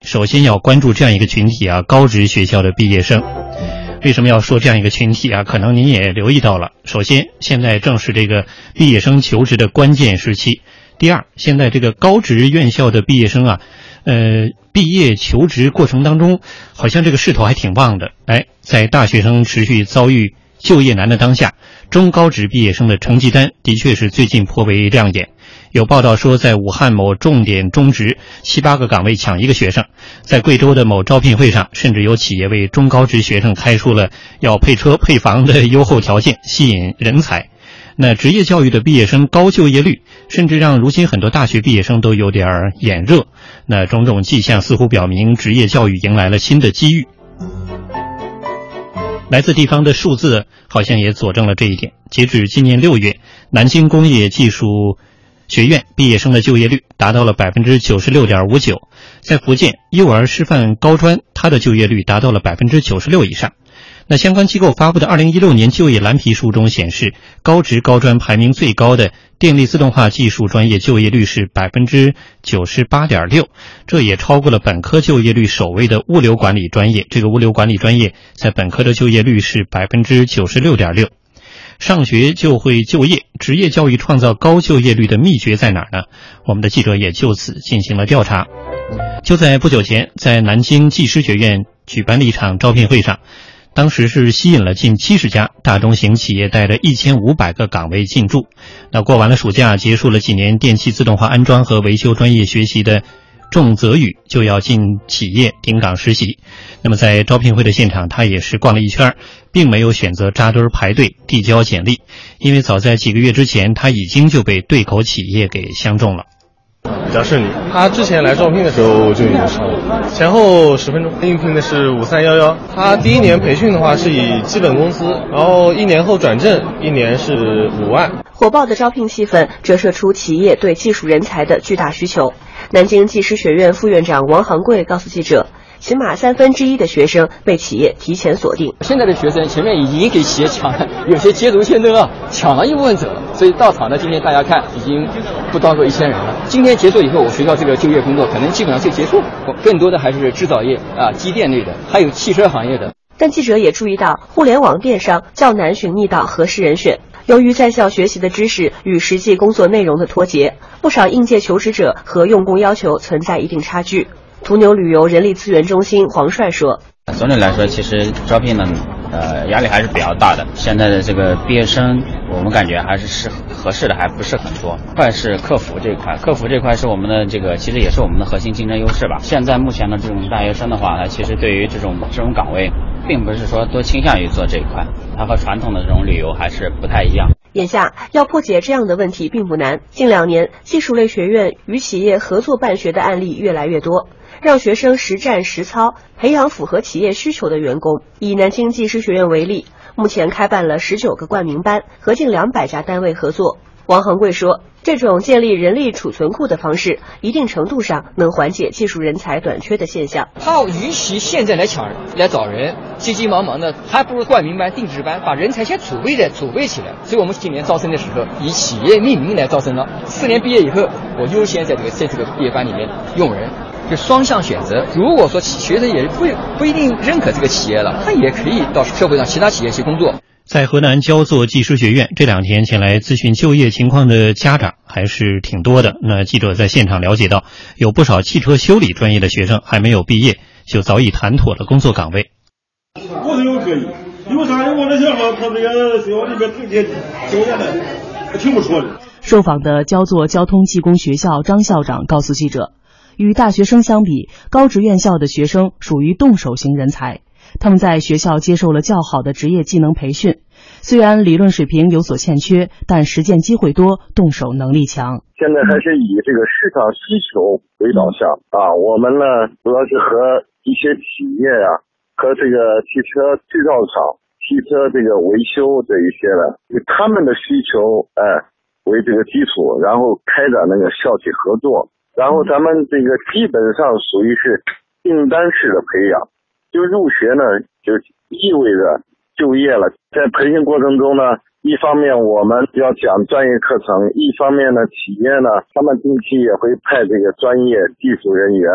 首先要关注这样一个群体啊，高职学校的毕业生。为什么要说这样一个群体啊？可能您也留意到了。首先，现在正是这个毕业生求职的关键时期。第二，现在这个高职院校的毕业生啊，毕业求职过程当中，好像这个势头还挺旺的。在大学生持续遭遇就业难的当下，中高职毕业生的成绩单的确是最近颇为亮眼。有报道说，在武汉某重点中职7、8个岗位抢一个学生，在贵州的某招聘会上，甚至有企业为中高职学生开出了要配车配房的优厚条件，吸引人才。那职业教育的毕业生高就业率，甚至让如今很多大学毕业生都有点眼热。那种种迹象似乎表明，职业教育迎来了新的机遇。来自地方的数字好像也佐证了这一点。截至今年6月，南京工业技术学院毕业生的就业率达到了 96.59%， 在福建幼儿师范高专，它的就业率达到了 96% 以上。那相关机构发布的2016年就业蓝皮书中显示，高职高专排名最高的电力自动化技术专业就业率是 98.6%， 这也超过了本科就业率首位的物流管理专业。这个物流管理专业在本科的就业率是 96.6%。上学就会就业，职业教育创造高就业率的秘诀在哪儿呢？我们的记者也就此进行了调查。就在不久前，在南京技师学院举办了一场招聘会上，当时是吸引了近70家大中型企业带着1500个岗位进驻。那过完了暑假，结束了几年电气自动化安装和维修专业学习的仲泽宇就要进企业顶岗实习。那么在招聘会的现场，他也是逛了一圈，并没有选择扎堆排队递交简历，因为早在几个月之前，他已经就被对口企业给相中了。 比较顺利，他之前来招聘的时候就已经上了，前后10分钟。应聘的是5311，他第1年培训的话是以基本工资，然后1年后转正，1年是5万。 火爆的招聘气氛折射出企业对技术人才的巨大需求。南京技师学院副院长王航贵告诉记者，起码1/3的学生被企业提前锁定。 现在的学生前面已经给企业抢了，有些捷足先登啊，抢了一部分走了，所以到场的今天大家看已经不到过1000人了。今天结束以后，我学校这个就业工作可能基本上就结束，更多的还是制造业啊、机电类的，还有汽车行业的。 但记者也注意到，互联网电商较难寻觅到合适人选。由于在校学习的知识与实际工作内容的脱节，不少应届求职者和用工要求存在一定差距。途牛旅游人力资源中心黄帅说， 总体来说，其实招聘呢，压力还是比较大的。现在的这个毕业生，我们感觉还是合适的还不是很多。快是客服这块，客服这块是我们的这个，其实也是我们的核心竞争优势吧。现在目前的这种大学生的话，他其实对于这种岗位，并不是说多倾向于做这一块，它和传统的这种旅游还是不太一样。 眼下要破解这样的问题并不难。近2年，技术类学院与企业合作办学的案例越来越多，让学生实战实操，培养符合企业需求的员工。以南京技师学院为例，目前开办了19个冠名班，和近200家单位合作。王恒贵说，这种建立人力储存库的方式，一定程度上能缓解技术人才短缺的现象。 他与其现在来找人，急急忙忙的，还不如冠名班、定制班，把人才先储备起来。所以我们今年招生的时候，以企业命名来招生了。4年毕业以后，我优先在这个毕业班里面用人。就双向选择，如果说学生也不一定认可这个企业了，他也可以到社会上其他企业去工作。 在河南焦作技师学院，这2天前来咨询就业情况的家长还是挺多的。那记者在现场了解到，有不少汽车修理专业的学生还没有毕业，就早已谈妥了工作岗位。 我是有可以，因为啥？我这小孩他这个学校里面整天修炼的，挺不错的。 受访的焦作交通技工学校张校长告诉记者，与大学生相比，高职院校的学生属于动手型人才。他们在学校接受了较好的职业技能培训，虽然理论水平有所欠缺，但实践机会多，动手能力强。 现在还是以这个市场需求为导向啊，我们呢主要是和一些企业呀、和这个汽车制造厂、汽车这个维修这一些的，以他们的需求为这个基础，然后开展那个校企合作，然后咱们这个基本上属于是订单式的培养。就入学呢，就意味着就业了。在培训过程中呢，一方面我们要讲专业课程，一方面呢，企业呢，他们定期也会派这个专业技术人员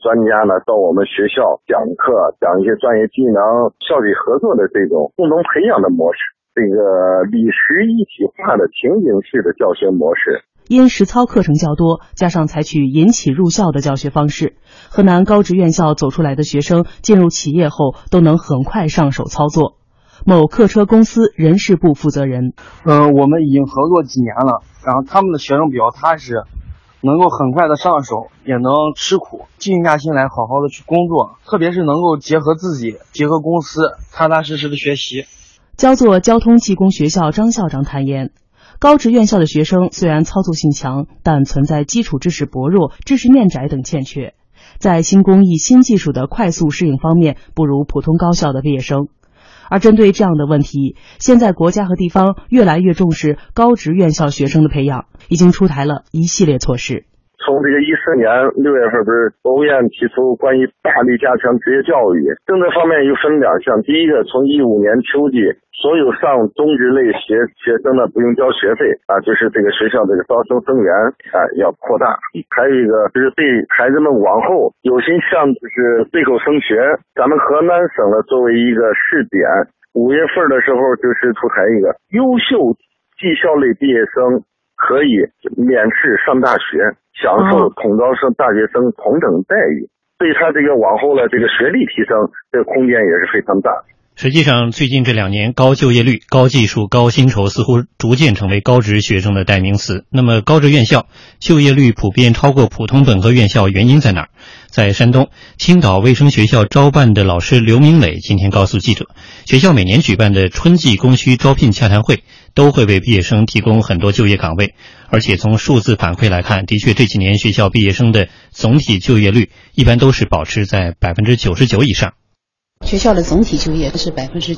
专家呢到我们学校讲课，讲一些专业技能，校际合作的这种共同培养的模式，这个理实一体化的情景式的教学模式。 因实操课程较多，加上采取引起入校的教学方式，河南高职院校走出来的学生进入企业后都能很快上手操作。某客车公司人事部负责人： 我们已经合作几年了，然后他们的学生比较踏实，能够很快的上手，也能吃苦，静下心来好好的去工作，特别是能够结合自己，结合公司，踏踏实实的学习。 焦作交通技工学校张校长坦言，高职院校的学生虽然操作性强，但存在基础知识薄弱、知识面窄等欠缺，在新工艺新技术的快速适应方面不如普通高校的毕业生。而针对这样的问题，现在国家和地方越来越重视高职院校学生的培养，已经出台了一系列措施。 从这个14年6月份，不是国务院提出关于大力加强职业教育政策方面，又分两项。第一个，从15年秋季，所有上中职类学生呢不用交学费就是这个学校这个招生生源要扩大。还有一个就是对孩子们往后有心上就是对口升学，咱们河南省呢作为一个试点，5月份的时候就是出台一个优秀技校类毕业生可以免试上大学，享受统招生大学生同等待遇，对他这个往后的这个学历提升，这个空间也是非常大。 实际上，最近这2年，高就业率、高技术、高薪酬似乎逐渐成为高职学生的代名词。那么，高职院校就业率普遍超过普通本科院校，原因在哪儿？在山东，青岛卫生学校招办的老师刘明磊今天告诉记者，学校每年举办的春季供需招聘洽谈会，都会为毕业生提供很多就业岗位，而且从数字反馈来看，的确这几年学校毕业生的总体就业率一般都是保持在99%以上。 学校的总体就业是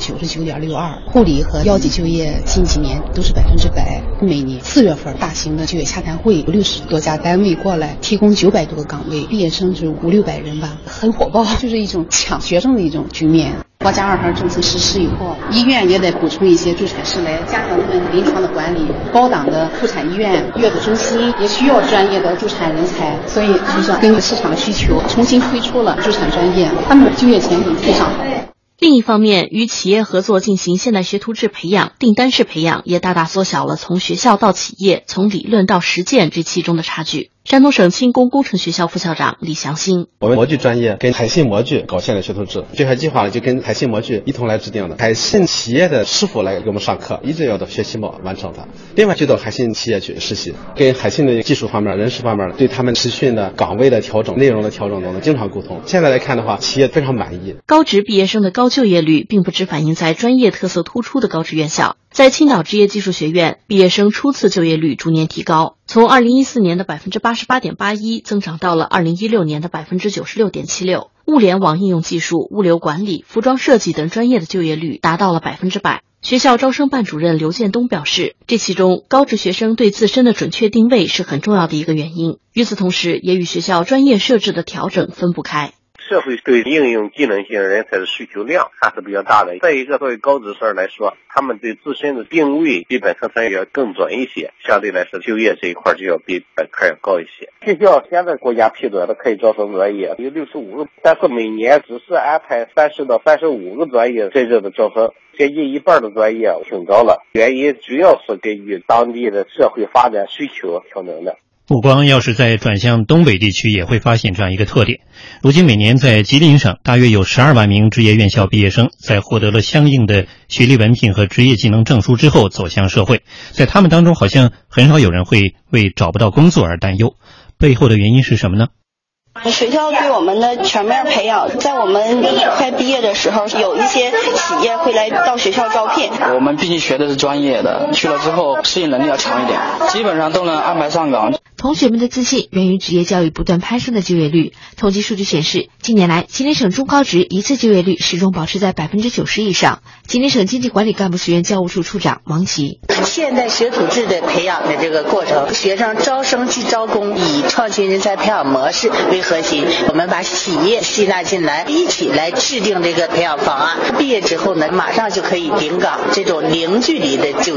99.62%，护理和药剂就业近几年都是100%。每年4月份大型的就业洽谈会，有60多家单位过来，提供900多个岗位，毕业生是500-600人吧，很火爆，就是一种抢学生的一种局面。国家2孩政策实施以后，医院也得补充一些助产士来加强他们临床的管理，高档的妇产医院、月子中心也需要专业的助产人才，所以学校根据市场需求重新推出了助产专业，他们的就业前景非常好。 另一方面，与企业合作进行现代学徒制培养、订单式培养，也大大缩小了从学校到企业、从理论到实践这其中的差距。山东省轻工工程学校副校长李祥兴： 我们模具专业跟海信模具搞现代学徒制，这块计划就跟海信模具一同来制定的。海信企业的师傅来给我们上课，一直要到学期末完成它。另外就到海信企业去实习，跟海信的技术方面、人事方面，对他们实训的岗位的调整、内容的调整等等，经常沟通。现在来看的话，企业非常满意。 高职毕业生的高就业率，并不只反映在专业特色突出的高职院校。在青岛职业技术学院，毕业生初次就业率逐年提高，从2014年的88.81%增长到了2016年的96.76%。物联网应用技术、物流管理、服装设计等专业的就业率达到了100%。学校招生办主任刘建东表示，这其中高职学生对自身的准确定位是很重要的一个原因。与此同时，也与学校专业设置的调整分不开。 社会对应用技能性人才的需求量还是比较大的。再一个，作为高职生来说，他们对自身的定位比本科生要更准一些，相对来说就业这一块就要比本科要高一些。学校现在国家批准的可以招生专业有65个，但是每年只是安排30到35个专业真正的招生，接近一半的专业停招了，原因主要是根据当地的社会发展需求调整的。 目光要是再转向东北地区，也会发现这样一个特点。如今每年在吉林省大约有12万名职业院校毕业生，在获得了相应的学历文凭和职业技能证书之后走向社会，在他们当中好像很少有人会为找不到工作而担忧，背后的原因是什么呢？ 学校对我们的全面培养，在我们快毕业的时候，有一些企业会来到学校招聘。 我们毕竟学的是专业的，去了之后适应能力要强一点，基本上都能安排上岗。 同学们的自信源于职业教育不断攀升的就业率。统计数据显示，近年来吉林省中高职一次就业率始终保持在90%以上。吉林省经济管理干部学院教务处处长王琦： 现代学徒制的培养的这个过程，学生招生即招工，以创新人才培养模式为核心，我们把企业吸纳进来，一起来制定这个培养方案。毕业之后呢，马上就可以顶岗，这种零距离的就业。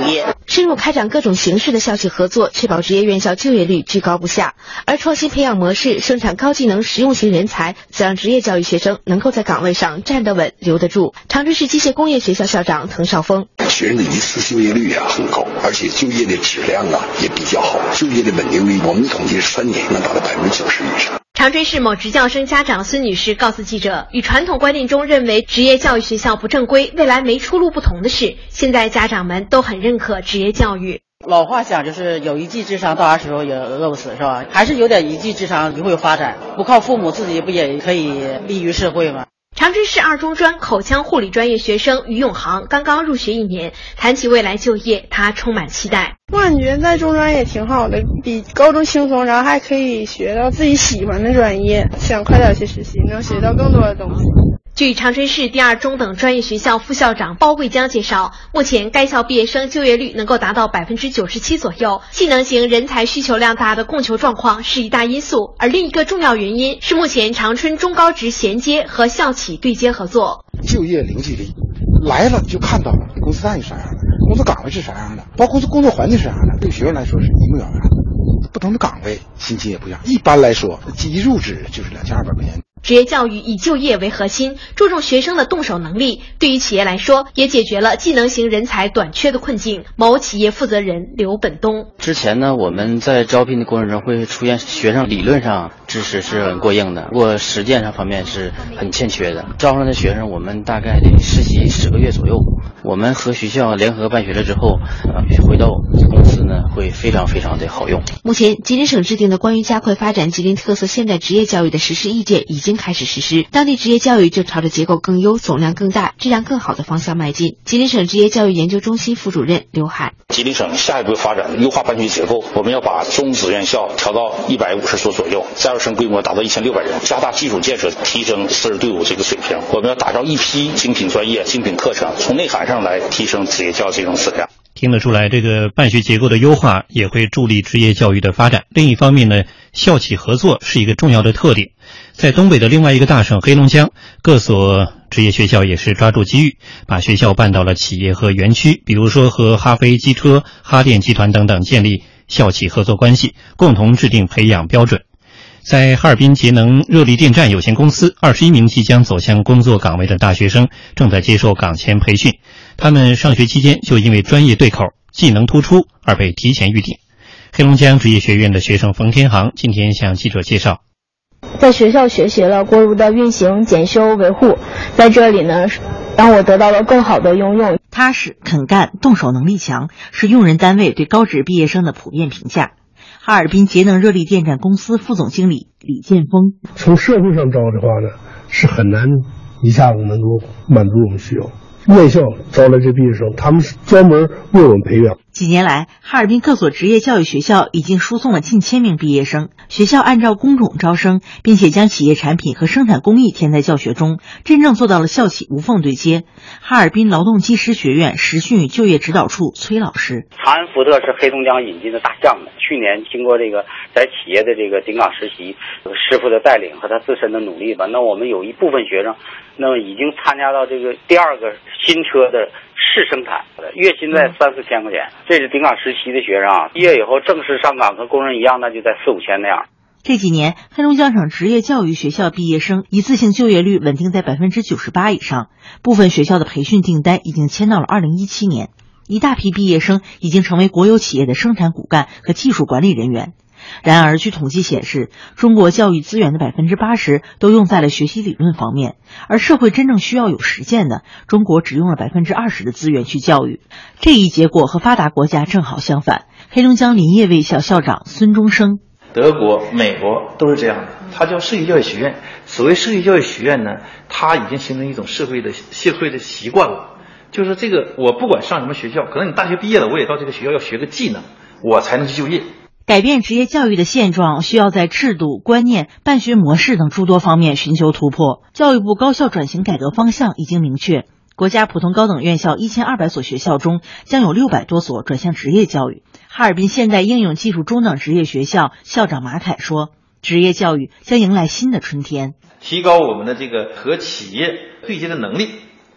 深入开展各种形式的校企合作，确保职业院校就业率居高不下。而创新培养模式，生产高技能实用型人才，则让职业教育学生能够在岗位上站得稳、留得住。长春市机械工业学校校长滕少峰： 学生的一次就业率很高，而且就业的质量也比较好，就业的稳定率我们统计3年能达到90%以上。 长春市某职教生家长孙女士告诉记者，与传统观念中认为职业教育学校不正规，未来没出路不同的是，现在家长们都很认可职业教育。 老话讲就是有一技之长，到啥时候也饿不死，是吧？还是有点一技之长就会有发展，不靠父母自己不也可以利于社会吗？ 长春市2中专口腔护理专业学生于永航刚刚入学1年，谈起未来就业，他充满期待。 我感觉在中专也挺好的，比高中轻松，然后还可以学到自己喜欢的专业，想快点去实习，能学到更多的东西。 据长春市第2中等专业学校副校长包贵江介绍，目前该校毕业生就业率能够达到97%左右，技能型人才需求量大的供求状况是一大因素，而另一个重要原因是目前长春中高职衔接和校企对接合作。 就业零距离，来了就看到了公司待遇啥样的，工作岗位是啥样的，包括工作环境是啥样的，对学员来说是一目了然的。不同的岗位薪金也不一样，一般来说一入职就是2200块钱。 职业教育以就业为核心，注重学生的动手能力，对于企业来说也解决了技能型人才短缺的困境。某企业负责人刘本东： 之前呢，我们在招聘的过程中会出现学生理论上知识是很过硬的，不过实践上方面是很欠缺的。招上的学生我们大概得实习10个月左右，我们和学校联合办学了之后，回到公司呢会非常的好用。 目前吉林省制定的关于加快发展吉林特色现代职业教育的实施意见已经开始实施，当地职业教育就朝着结构更优、总量更大、质量更好的方向迈进。吉林省职业教育研究中心副主任刘海： 吉林省下一步发展优化办学结构，我们要把中职院校调到150所左右，在2生规模达到1600人，加大基础建设，提升师队伍这个水平。我们要打造一批精品专业、精品课程，从内涵上来提升职业教育这种质量。 听得出来，这个办学结构的优化也会助力职业教育的发展。另一方面呢，校企合作是一个重要的特点。在东北的另外一个大省黑龙江，各所职业学校也是抓住机遇，把学校办到了企业和园区，比如说和哈飞机车、哈电集团等等建立校企合作关系，共同制定培养标准。在哈尔滨节能热力电站有限公司，21名即将走向工作岗位的大学生正在接受岗前培训，他们上学期间就因为专业对口、技能突出而被提前预定。黑龙江职业学院的学生冯天航今天向记者介绍， 在学校学习了锅炉的运行、检修、维护，在这里呢，让我得到了更好的应用。 踏实、肯干、动手能力强，是用人单位对高职毕业生的普遍评价。哈尔滨节能热力电站公司副总经理李建峰： 从社会上招的话呢，是很难一下子能够满足我们需要。院校招来这毕业生，他们是专门为我们培养。 几年来，哈尔滨各所职业教育学校已经输送了近1000名毕业生。学校按照工种招生，并且将企业产品和生产工艺添在教学中，真正做到了校企无缝对接。哈尔滨劳动技师学院实训与就业指导处崔老师： 长安福特是黑龙江引进的大项目，去年经过这个在企业的这个顶岗实习，师傅的带领和他自身的努力吧，那我们有一部分学生，那么已经参加到这个第2个新车的试生产，月薪在3-4千块钱。这是顶岗实习的学生啊，毕业以后正式上岗和工人一样，那就在4-5千那样。 这几年，黑龙江省职业教育学校毕业生一次性就业率稳定在98%以上，部分学校的培训订单已经签到了2017年。一大批毕业生已经成为国有企业的生产骨干和技术管理人员。然而，据统计显示，中国教育资源的80%都用在了学习理论方面，而社会真正需要有实践的，中国只用了20%的资源去教育。这一结果和发达国家正好相反。黑龙江林业卫校校长孙中生： 德国、美国都是这样的，它叫社区教育学院。所谓社区教育学院呢，它已经形成一种社会的习惯了。就是这个，我不管上什么学校，可能你大学毕业了，我也到这个学校要学个技能，我才能去就业。 改变职业教育的现状，需要在制度、观念、办学模式等诸多方面寻求突破。教育部高校转型改革方向已经明确，国家普通高等院校1200所学校中，将有600多所转向职业教育。哈尔滨现代应用技术中等职业学校校长马凯说，职业教育将迎来新的春天， 提高我们的这个和企业对接的能力，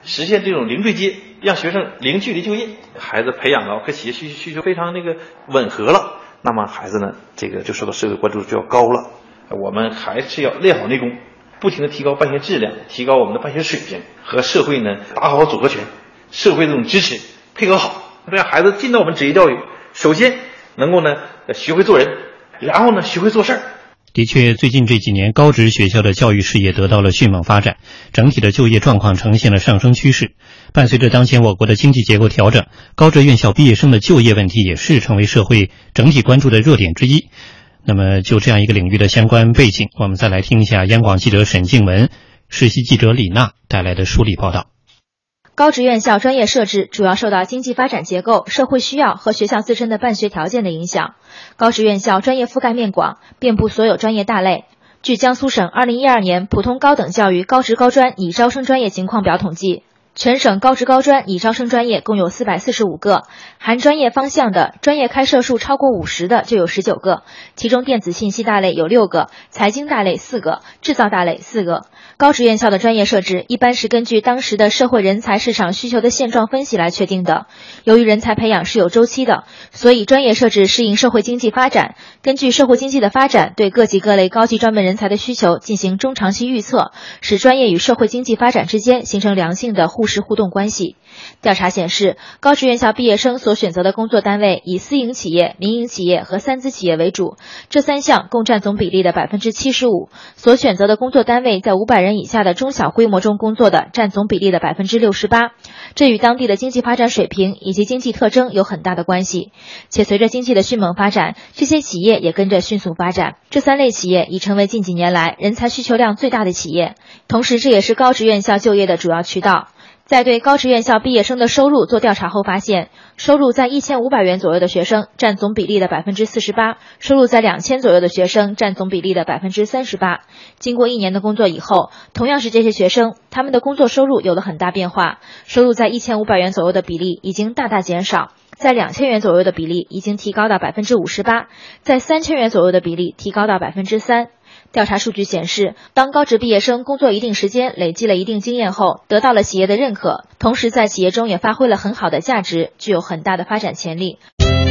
实现这种零对接，让学生零距离就业，孩子培养了和企业需求非常吻合了，那么孩子呢，这个就受到社会关注就要高了。我们还是要练好内功，不停地提高办学质量，提高我们的办学水平，和社会呢打好组合拳，社会这种支持配合好，让孩子进到我们职业教育，首先能够呢学会做人，然后呢学会做事儿。 的确，最近这几年高职学校的教育事业得到了迅猛发展，整体的就业状况呈现了上升趋势。伴随着当前我国的经济结构调整，高职院校毕业生的就业问题也是成为社会整体关注的热点之一。那么就这样一个领域的相关背景，我们再来听一下央广记者沈静文、实习记者李娜带来的梳理报道。 高职院校专业设置主要受到经济发展结构、社会需要和学校自身的办学条件的影响。高职院校专业覆盖面广，遍布所有专业大类。据江苏省2012年普通高等教育高职高专拟招生专业情况表统计，全省高职高专拟招生专业共有445个，含专业方向的专业开设数超过50的就有19个，其中电子信息大类有6个，财经大类4个，制造大类4个。高职院校的专业设置一般是根据当时的社会人才市场需求的现状分析来确定的。由于人才培养是有周期的，所以专业设置适应社会经济发展，根据社会经济的发展，对各级各类高级专门人才的需求进行中长期预测，使专业与社会经济发展之间形成良性的互实互动关系。调查显示，高职院校毕业生所选择的工作单位以私营企业、民营企业和三资企业为主，这3项共占总比例的 75%， 所选择的工作单位在500人以下的中小规模中工作的占总比例的 68%， 这与当地的经济发展水平以及经济特征有很大的关系。且随着经济的迅猛发展，这些企业也跟着迅速发展，这3类企业已成为近几年来人才需求量最大的企业，同时这也是高职院校就业的主要渠道。在对高职院校毕业生的收入做调查后发现，收入在1500元左右的学生占总比例的 48%， 收入在2000左右的学生占总比例的 38%。经过1年的工作以后，同样是这些学生，他们的工作收入有了很大变化，收入在1500元左右的比例已经大大减少，在2000元左右的比例已经提高到 58%， 在3000元左右的比例提高到 3%。调查数据显示，当高职毕业生工作一定时间，累积了一定经验后，得到了企业的认可，同时在企业中也发挥了很好的价值，具有很大的发展潜力。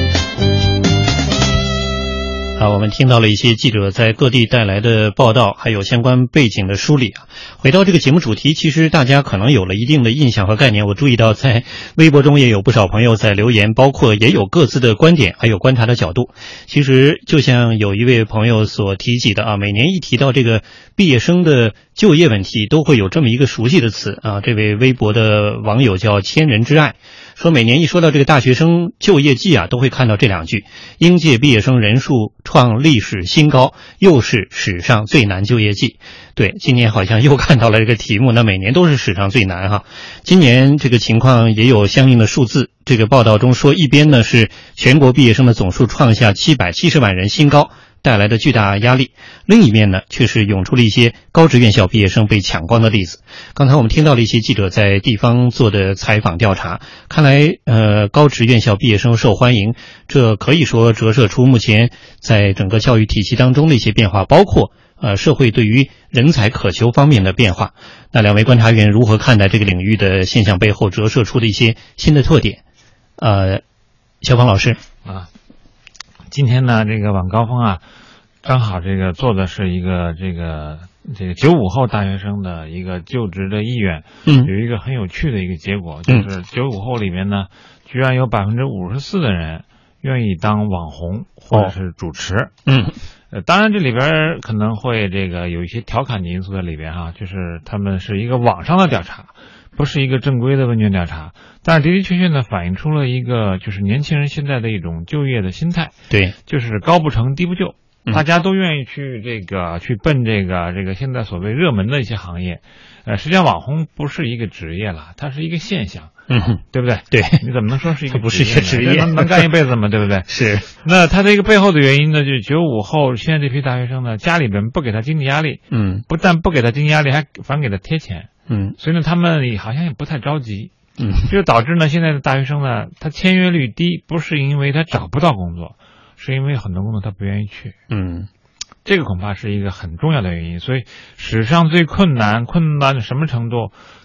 好，我们听到了一些记者在各地带来的报道，还有相关背景的梳理啊。回到这个节目主题，其实大家可能有了一定的印象和概念。我注意到在微博中也有不少朋友在留言，包括也有各自的观点，还有观察的角度。其实就像有一位朋友所提及的啊，每年一提到这个毕业生的就业问题，都会有这么一个熟悉的词啊。这位微博的网友叫千人之爱，说每年一说到这个大学生就业季啊，都会看到这2句：应届毕业生人数创历史新高，又是史上最难就业季。对，今年好像又看到了这个题目，那每年都是史上最难哈。今年这个情况也有相应的数字，这个报道中说，一边呢是全国毕业生的总数创下770万人新高，带来的巨大压力，另一面呢却是涌出了一些高职院校毕业生被抢光的例子。刚才我们听到了一些记者在地方做的采访调查，看来高职院校毕业生受欢迎，这可以说折射出目前在整个教育体系当中的一些变化，包括社会对于人才渴求方面的变化。那2位观察员如何看待这个领域的现象背后折射出的一些新的特点？肖芳老师今天呢，这个晚高峰啊，正好这个做的是一个这个95后大学生的一个就职的意愿，有一个很有趣的一个结果，就是95后里面呢，居然有54%的人愿意当网红或者是主持。当然这里边可能会这个有一些调侃的因素在里边哈，就是他们是一个网上的调查，不是一个正规的问卷调查，但是的的确确呢反映出了一个就是年轻人现在的一种就业的心态。 对， 就是高不成低不就，大家都愿意去去奔这个现在所谓热门的一些行业。实际上网红不是一个职业了，它是一个现象。对不对？ 对， 你怎么能说是一个不是一个职业？ 能干一辈子吗？对不对？ 是。 那他这个背后的原因呢，就是95后现在这批大学生呢，家里边不给他经济压力，不但不给他经济压力，还反给他贴钱，所以呢，他们好像也不太着急，这就导致呢，现在的大学生呢，他签约率低，不是因为他找不到工作，是因为很多工作他不愿意去，这个恐怕是一个很重要的原因。所以史上最困难到什么程度？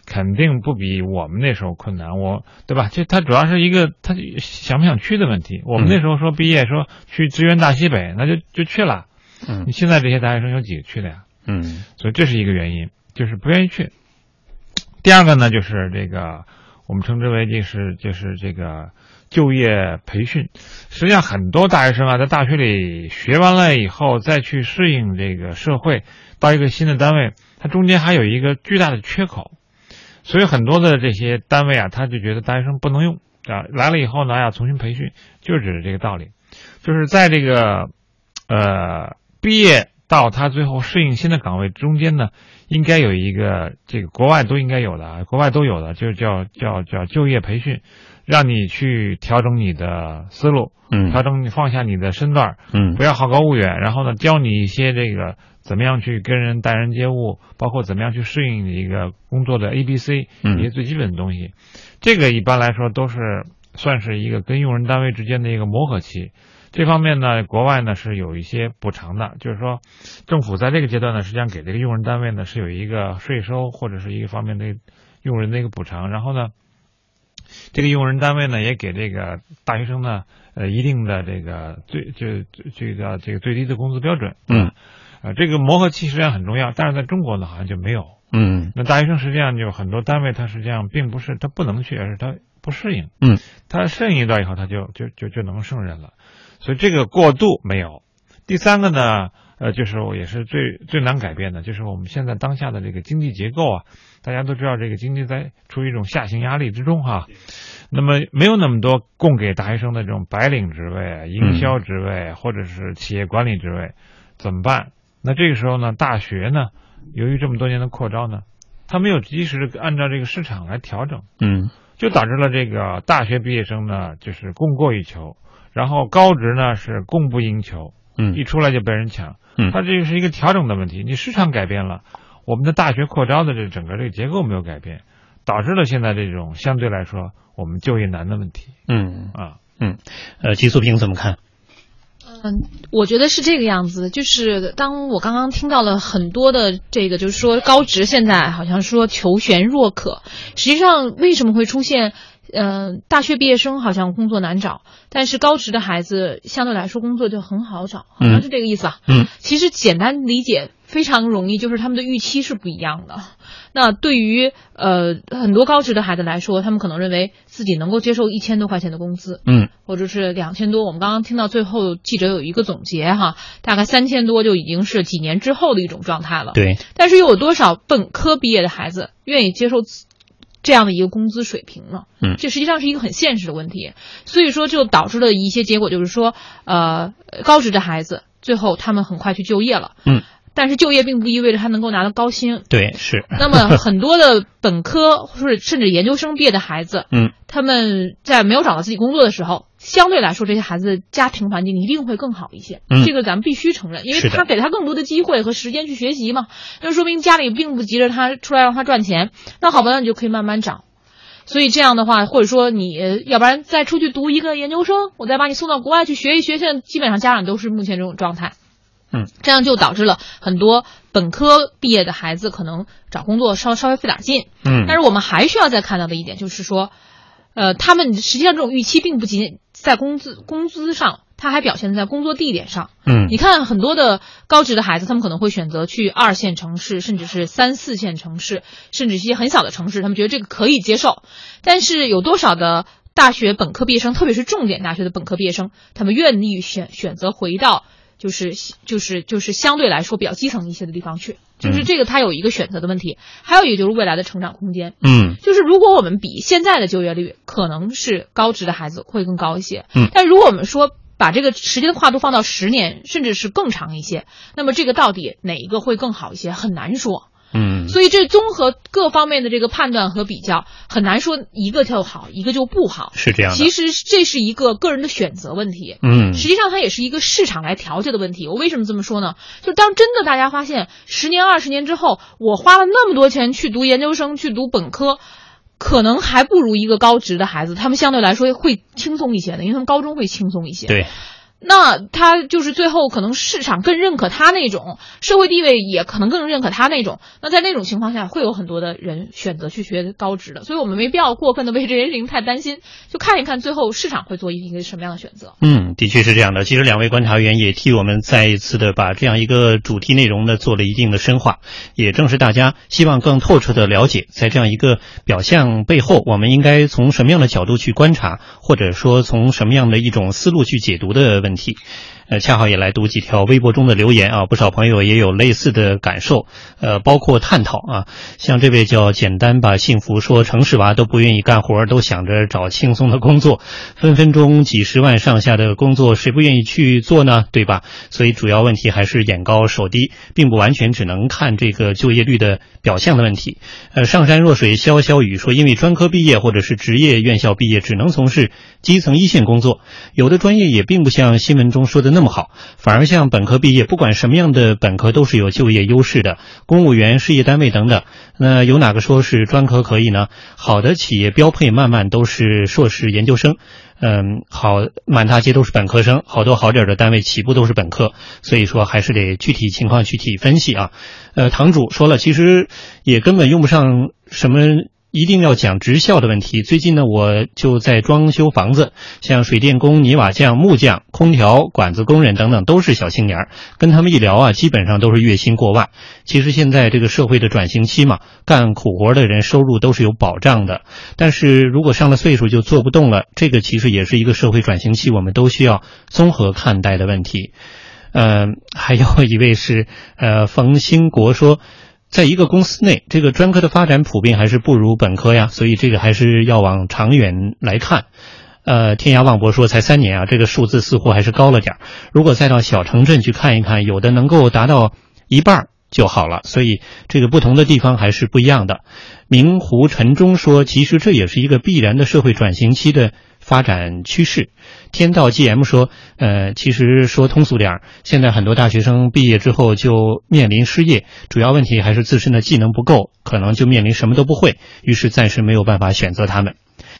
肯定不比我们那时候困难，对吧？它主要是一个他想不想去的问题。我们那时候说毕业说去支援大西北，那就去了。你现在这些大学生有几个去的呀？所以这是一个原因，就是不愿意去。第二个呢，就是这个我们称之为就是这个就业培训。实际上很多大学生啊，在大学里学完了以后，再去适应这个社会，到一个新的单位，它中间还有一个巨大的缺口。所以很多的这些单位啊，他就觉得大学生不能用啊，来了以后呢要重新培训，就是指这个道理。就是在这个毕业到他最后适应新的岗位中间呢，应该有一个这个国外都应该有的，国外都有的，就叫就业培训，让你去调整你的思路，调整你放下你的身段，不要好高骛远，然后呢教你一些这个怎么样去跟人待人接物，包括怎么样去适应你一个工作的 ABC 一些最基本的东西。这个一般来说都是算是一个跟用人单位之间的一个磨合期。这方面呢，国外呢是有一些补偿的，就是说政府在这个阶段呢，实际上给这个用人单位呢是有一个税收或者是一个方面的用人的一个补偿，然后呢这个用人单位呢也给这个大学生呢一定的这个最低的工资标准。这个磨合期实际上很重要，但是在中国呢好像就没有。那大学生实际上就很多单位他实际上并不是他不能去，而是他不适应。他适应一段以后他就能胜任了。所以这个过渡没有。第三个呢就是也是最难改变的，就是我们现在当下的这个经济结构啊，大家都知道这个经济在处于一种下行压力之中哈。那么没有那么多供给大学生的这种白领职位、营销职位或者是企业管理职位，怎么办？那这个时候呢，大学呢由于这么多年的扩招呢，它没有及时按照这个市场来调整，就导致了这个大学毕业生呢就是供过于求，然后高职呢是供不应求，一出来就被人抢。它这个是一个调整的问题，你市场改变了，我们的大学扩招的这整个这个结构没有改变，导致了现在这种相对来说我们就业难的问题。 季素平怎么看？ 我觉得是这个样子，就是当我刚刚听到了很多的这个，就是说高职现在好像说求贤若渴，实际上为什么会出现大学毕业生好像工作难找，但是高职的孩子相对来说工作就很好找，好像是这个意思吧？其实简单理解非常容易，就是他们的预期是不一样的。那对于很多高职的孩子来说，他们可能认为自己能够接受1000多块钱的工资，或者是2000多。我们刚刚听到最后记者有一个总结哈，大概3000多就已经是几年之后的一种状态了。 对。 但是又有多少本科毕业的孩子愿意接受这样的一个工资水平呢？这实际上是一个很现实的问题。所以说就导致了一些结果，就是说高职的孩子最后他们很快去就业了。但是就业并不意味着他能够拿到高薪。 对，是。 那么很多的本科或者甚至研究生毕业的孩子，他们在没有找到自己工作的时候，相对来说这些孩子的家庭环境一定会更好一些。这个咱们必须承认，因为他给他更多的机会和时间去学习嘛。那说明家里并不急着他出来让他赚钱。那好吧，那你就可以慢慢找。所以这样的话，或者说你要不然再出去读一个研究生，我再把你送到国外去学一学。现在基本上家长都是目前这种状态。这样就导致了很多本科毕业的孩子可能找工作稍微费点劲。但是我们还需要再看到的一点就是说，他们实际上这种预期并不仅在工资上，它还表现在工作地点上。你看很多的高职的孩子，他们可能会选择去2线城市，甚至是3、4线城市，甚至一些很小的城市，他们觉得这个可以接受。但是有多少的大学本科毕业生，特别是重点大学的本科毕业生，他们愿意选择回到就是相对来说比较基层一些的地方去，就是这个它有一个选择的问题。还有一个就是未来的成长空间。就是如果我们比现在的就业率，可能是高职的孩子会更高一些。但如果我们说把这个时间的跨度放到10年，甚至是更长一些，那么这个到底哪一个会更好一些，很难说。所以这综合各方面的这个判断和比较，很难说一个就好，一个就不好。 是这样的。 其实这是一个个人的选择问题。实际上它也是一个市场来调节的问题。我为什么这么说呢？就当真的大家发现10年、20年之后，我花了那么多钱去读研究生、去读本科，可能还不如一个高职的孩子，他们相对来说会轻松一些的，因为他们高中会轻松一些。 对。 那他就是最后可能市场更认可他那种，社会地位也可能更认可他那种，那在那种情况下会有很多的人选择去学高职的，所以我们没必要过分的为这件事情太担心，就看一看最后市场会做一个什么样的选择。 的确是这样的。其实两位观察员也替我们再一次的把这样一个主题内容呢做了一定的深化，也正是大家希望更透彻的了解，在这样一个表象背后，我们应该从什么样的角度去观察，或者说从什么样的一种思路去解读的问题。恰好也来读几条微博中的留言啊，不少朋友也有类似的感受，包括探讨啊。像这位叫简单吧幸福说，城市娃都不愿意干活，都想着找轻松的工作，分分钟几十万上下的工作，谁不愿意去做呢？对吧？所以主要问题还是眼高手低，并不完全只能看这个就业率的表象的问题。上山若水潇潇雨说，因为专科毕业或者是职业院校毕业，只能从事基层一线工作，有的专业也并不像新闻中说的那么好，反而像本科毕业，不管什么样的本科都是有就业优势的，公务员、事业单位等等。那有哪个说是专科可以呢？好的企业标配慢慢都是硕士研究生，好，满大街都是本科生，好多好点的单位起步都是本科，所以说还是得具体情况具体分析啊。堂主说了，其实也根本用不上什么一定要讲职校的问题。最近呢，我就在装修房子，像水电工、泥瓦匠、木匠、空调、管子工人等等都是小青年，跟他们一聊啊，基本上都是月薪过万。其实现在这个社会的转型期嘛，干苦活的人收入都是有保障的，但是如果上了岁数就做不动了，这个其实也是一个社会转型期，我们都需要综合看待的问题。还有一位是冯兴国说，在一个公司内，这个专科的发展普遍还是不如本科呀，所以这个还是要往长远来看。天涯望博说，才3年啊，这个数字似乎还是高了点，如果再到小城镇去看一看，有的能够达到一半就好了，所以这个不同的地方还是不一样的。明湖晨钟说，其实这也是一个必然的社会转型期的发展趋势。天道 GM 说，其实说通俗点，现在很多大学生毕业之后就面临失业，主要问题还是自身的技能不够，可能就面临什么都不会，于是暂时没有办法选择他们。